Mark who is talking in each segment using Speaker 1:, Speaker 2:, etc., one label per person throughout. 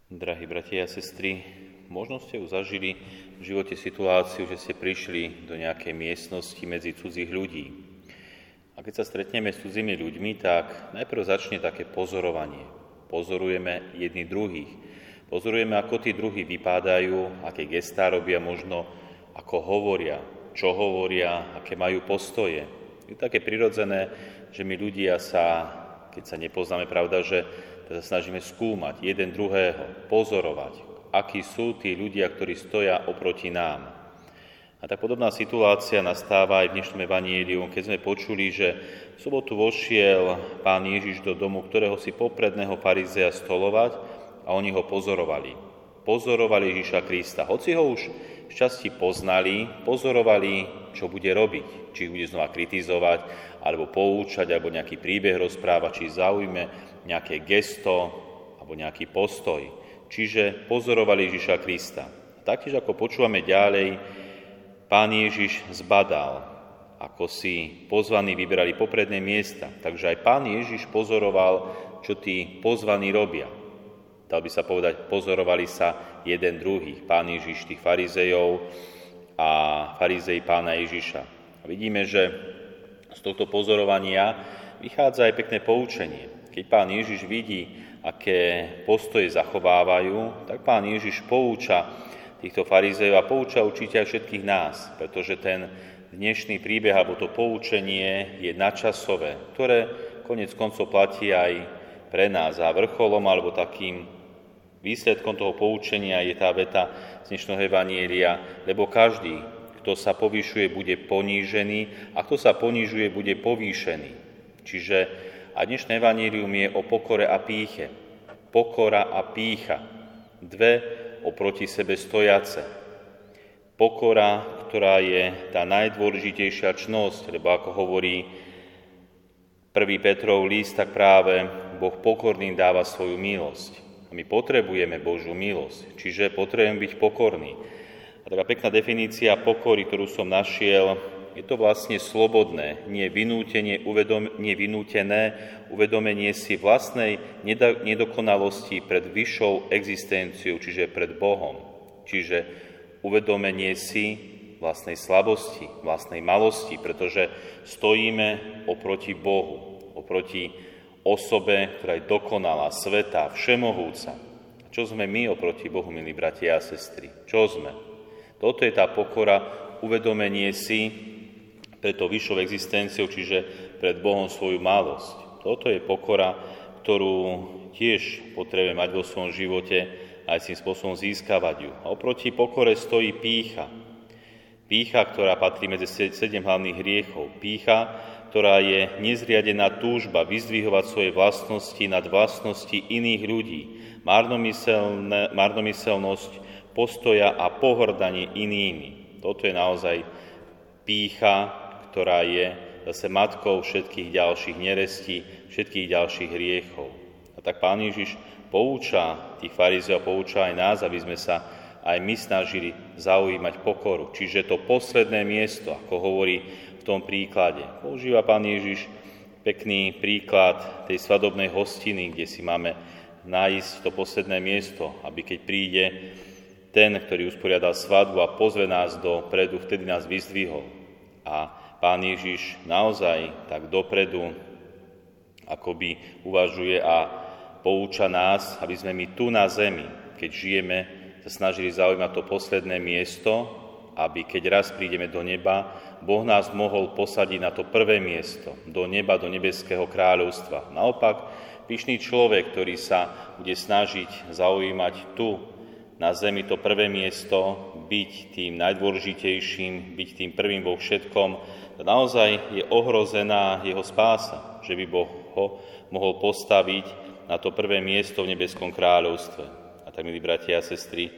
Speaker 1: Drahí bratia a sestry, možno ste už zažili v živote situáciu, že ste prišli do nejakej miestnosti medzi cudzích ľudí. A keď sa stretneme s cudzými ľuďmi, tak najprv začne také pozorovanie. Pozorujeme jedni druhých. Pozorujeme, ako tí druhí vypadajú, aké gestá robia, možno ako hovoria, čo hovoria, aké majú postoje. Je také prirodzené, že my ľudia sa, keď sa nepoznáme, pravda, že sa snažíme skúmať jeden druhého, pozorovať, akí sú tí ľudia, ktorí stoja oproti nám. A tak podobná situácia nastáva aj v dnešnom evanjeliu, keď sme počuli, že v sobotu vošiel Pán Ježiš do domu, ktorého si popredného farizeja stolovať a oni ho pozorovali. Pozorovali Ježiša Krista. Hoci ho už v časti poznali, pozorovali, čo bude robiť. Či ich bude znova kritizovať, alebo poučať, alebo nejaký príbeh rozprávať, či zaujme nejaké gesto, alebo nejaký postoj. Čiže pozorovali Ježiša Krista. Taktiež, ako počúvame ďalej, Pán Ježiš zbadal, ako si pozvaní vyberali popredné miesta. Takže aj Pán Ježiš pozoroval, čo tí pozvaní robia. Dal by sa povedať, pozorovali sa jeden druhých. Pán Ježiš tých farizejov a farizej Pána Ježiša. A vidíme, že z tohto pozorovania vychádza aj pekné poučenie. Keď Pán Ježiš vidí, aké postoje zachovávajú, tak Pán Ježiš pouča týchto farizejov a pouča určite aj všetkých nás, pretože ten dnešný príbeh alebo to poučenie je nadčasové, ktoré koniec koncov platí aj pre nás. A vrcholom alebo takým výsledkom toho poučenia je tá veta z dnešného evanjelia, lebo každý, kto sa povyšuje, bude ponížený a kto sa ponižuje, bude povýšený. Čiže a dnešné evanjelium je o pokore a pýche. Pokora a pýcha. Dve oproti sebe stojace. Pokora, ktorá je tá najdôležitejšia čnosť, lebo ako hovorí 1. Petrov list, tak práve Boh pokorným dáva svoju milosť. A my potrebujeme Božiu milosť, čiže potrebujeme byť pokorní. A taká pekná definícia pokory, ktorú som našiel, je to vlastne slobodné, nie vynútené uvedomenie si vlastnej nedokonalosti pred vyššou existenciou, čiže pred Bohom. Čiže uvedomenie si vlastnej slabosti, vlastnej malosti, pretože stojíme oproti Bohu, oproti osobe, ktorá je dokonalá, svätá, všemohúca. Čo sme my oproti Bohu, milí bratia a sestry? Čo sme? Toto je tá pokora, uvedomenie si pred tou vyššou existenciou, čiže pred Bohom svoju malosť. Toto je pokora, ktorú tiež potrebujeme mať vo svojom živote a aj tým spôsobom získavať ju. A oproti pokore stojí pýcha. Pýcha, ktorá patrí medzi 7 hlavných hriechov. Pýcha, ktorá je nezriadená túžba vyzdvihovať svoje vlastnosti nad vlastnosti iných ľudí. Marnomyselnosť postoja a pohrdanie inými. Toto je naozaj pýcha, ktorá je zase matkou všetkých ďalších nerestí, všetkých ďalších hriechov. A tak Pán Ježiš pouča tých farizejov, pouča aj nás, aby sme sa aj my snažili zaujímať pokoru. Čiže to posledné miesto, ako hovorí v tom príklade. Používa Pán Ježiš pekný príklad tej svadobnej hostiny, kde si máme nájsť to posledné miesto, aby keď príde ten, ktorý usporiadal svadbu a pozve nás dopredu, vtedy nás vyzdvihol. A Pán Ježiš naozaj tak dopredu akoby uvažuje a pouča nás, aby sme my tu na zemi, keď žijeme, sa snažili zaujímať to posledné miesto, aby keď raz prídeme do neba, Boh nás mohol posadiť na to prvé miesto, do neba, do nebeského kráľovstva. Naopak, pyšný človek, ktorý sa bude snažiť zaujímať tu na zemi to prvé miesto, byť tým najdôležitejším, byť tým prvým vo všetkom, naozaj je ohrozená jeho spása, že by Boh ho mohol postaviť na to prvé miesto v nebeskom kráľovstve. A tak, milí bratia a sestry,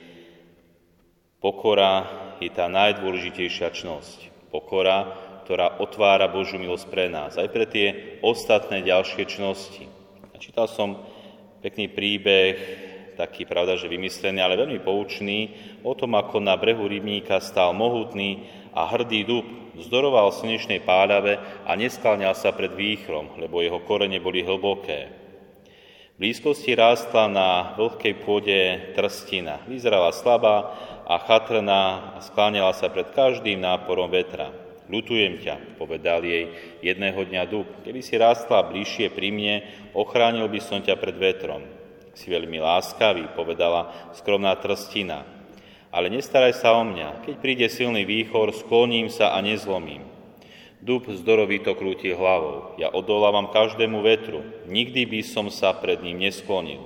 Speaker 1: pokora je tá najdôležitejšia čnosť. Pokora, ktorá otvára Božiu milosť pre nás, aj pre tie ostatné ďalšie čnosti. A čítal som pekný príbeh, taký, pravda, že vymyslený, ale veľmi poučný, o tom, ako na brehu rybníka stál mohutný a hrdý dub, vzdoroval slnečnej páľave a neskláňal sa pred výchrom, lebo jeho korene boli hlboké. V blízkosti rástla na vlhkej pôde trstina. Vyzerala slabá a chatrná a skláňala sa pred každým náporom vetra. Ľutujem ťa, povedal jej jedného dňa dub. Keby si rástla bližšie pri mne, ochránil by som ťa pred vetrom. Si veľmi láskavý, povedala skromná trstina. Ale nestaraj sa o mňa. Keď príde silný výchor, skloním sa a nezlomím. Dub zdorovito krúti hlavou. Ja odolávam každému vetru. Nikdy by som sa pred ním nesklonil.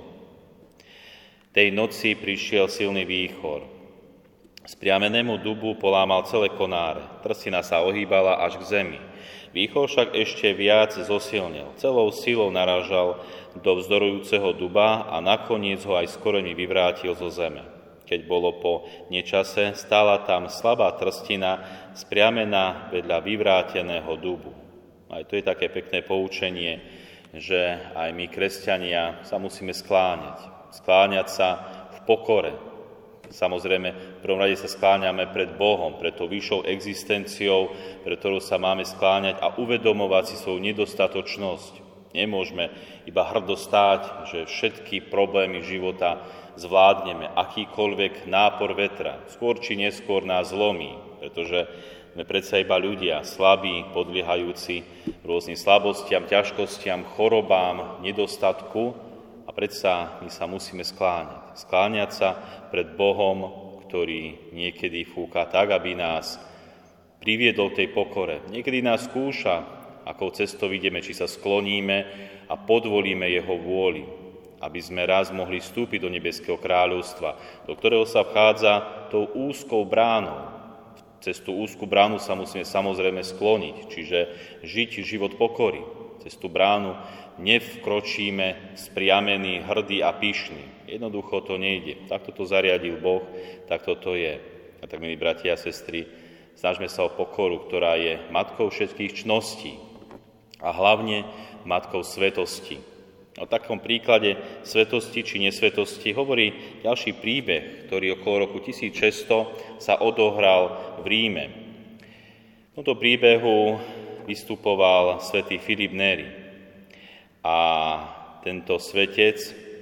Speaker 1: Tej noci prišiel silný výchor. Spriamenému dubu polámal celé konáre. Trstina sa ohýbala až k zemi. Výchor však ešte viac zosilnil. Celou silou narážal do vzdorujúceho duba a nakoniec ho aj s koreňmi vyvrátil zo zeme. Keď bolo po nečase, stála tam slabá trstina spriamená vedľa vyvráteného dubu. Aj to je také pekné poučenie, že aj my, kresťania, sa musíme skláňať. Skláňať sa v pokore. Samozrejme, v prvom rade sa skláňame pred Bohom, pred tou vyššou existenciou, pre ktorú sa máme skláňať a uvedomovať si svoju nedostatočnosť. Nemôžeme iba hrdo stáť, že všetky problémy života zvládneme, akýkoľvek nápor vetra. Skôr či neskôr nás zlomí, pretože sme predsa iba ľudia, slabí, podliehajúci rôznym slabostiam, ťažkostiam, chorobám, nedostatku a predsa my sa musíme skláňať. Skláňať sa pred Bohom, ktorý niekedy fúka tak, aby nás priviedol tej pokore. Niekedy nás skúša, akou cestou ideme, či sa skloníme a podvolíme jeho vôli, aby sme raz mohli vstúpiť do nebeského kráľovstva, do ktorého sa vchádza tou úzkou bránou. Cez tú úzku bránu sa musíme samozrejme skloniť, čiže žiť život pokory. Cez tú bránu nevkročíme spriamený, hrdý a pyšný. Jednoducho to nejde. Takto to zariadil Boh, takto to je. A tak, milí bratia a sestry, snažme sa o pokoru, ktorá je matkou všetkých čností a hlavne matkou svetosti. O takom príklade svetosti či nesvetosti hovorí ďalší príbeh, ktorý okolo roku 1600 sa odohral v Ríme. V tomto príbehu vystupoval svätý Filip Neri a tento svetec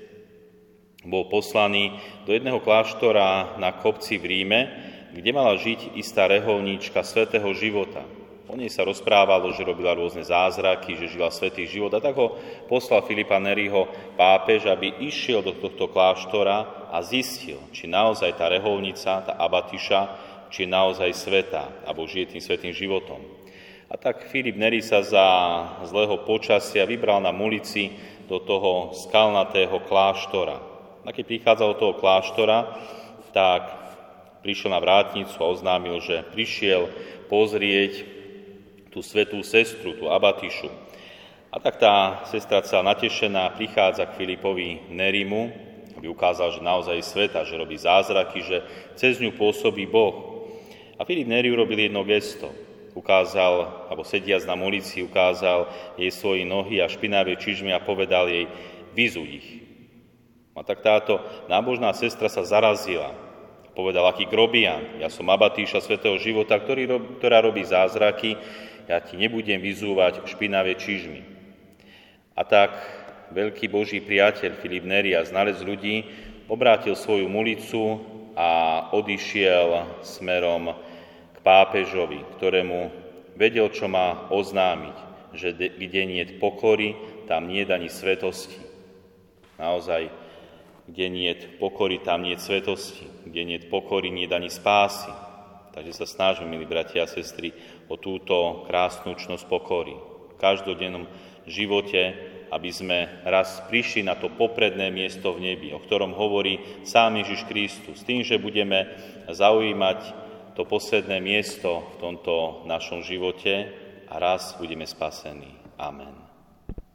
Speaker 1: bol poslaný do jedného kláštora na kopci v Ríme, kde mala žiť istá reholníčka svätého života. O nej sa rozprávalo, že robila rôzne zázraky, že žila svätý život a tak ho poslal Filipa Neriho pápež, aby išiel do tohto kláštora a zistil, či naozaj tá reholnica, tá abatiša, či je naozaj svätá, alebo žije tým svätým životom. A tak Filip Neri sa za zlého počasia vybral na ulici do toho skalnatého kláštora. A keď prichádzal do toho kláštora, tak prišiel na vrátnicu a oznámil, že prišiel pozrieť tú svätú sestru, tú abatišu. A tak tá sestra celá natešená prichádza k Filipovi Nerimu, aby ukázal, že naozaj je svätá, že robí zázraky, že cez ňu pôsobí Boh. A Filip Neri urobil jedno gesto. Ukázal, alebo sediac na ulici, ukázal jej svoje nohy a špinavé čižmy a povedal jej, vyzuj ich. A tak táto nábožná sestra sa zarazila. Povedal, aký grobian, ja som abatíša svätého života, ktorá robí zázraky, ja ti nebudem vyzúvať špinavé čižmy. A tak veľký Boží priateľ Filip Neri a znalec ľudí obrátil svoju mulicu a odišiel smerom k pápežovi, ktorému vedel, čo má oznámiť, že kde niet pokory, tam niet ani svetosti. Naozaj, kde niet pokory, tam niet svetosti. Kde niet pokory, niet ani spásy. Takže sa snažíme, milí bratia a sestry, o túto krásnu čnosť pokory. V každodennom živote, aby sme raz prišli na to popredné miesto v nebi, o ktorom hovorí sám Ježiš Kristus, s tým, že budeme zaujímať to posledné miesto v tomto našom živote a raz budeme spasení. Amen.